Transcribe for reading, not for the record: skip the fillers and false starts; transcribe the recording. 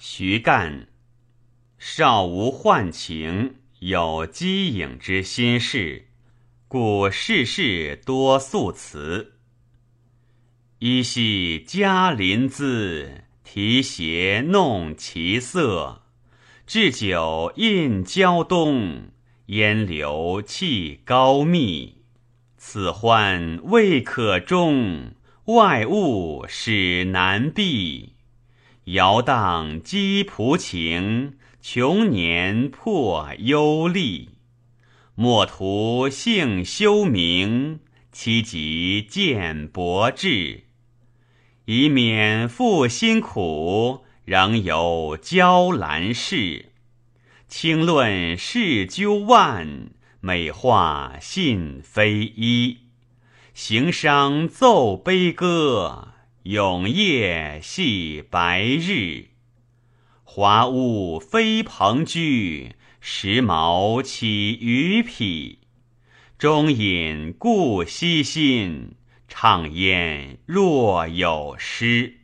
徐干，少无宦情，有机影之心事，故世事多素辞。依系嘉林姿，提携弄其色。置酒印胶东，烟流气高密。此欢未可终，外物始难避。摇荡击仆情，穷年破忧力。莫图性修明，期即见博志。以免复辛苦，仍有娇兰事。轻论事究万，美化信非一。行商奏悲歌，永夜系白日。华屋非朋居，时髦起于匹。终饮故惜心，畅焉若有诗。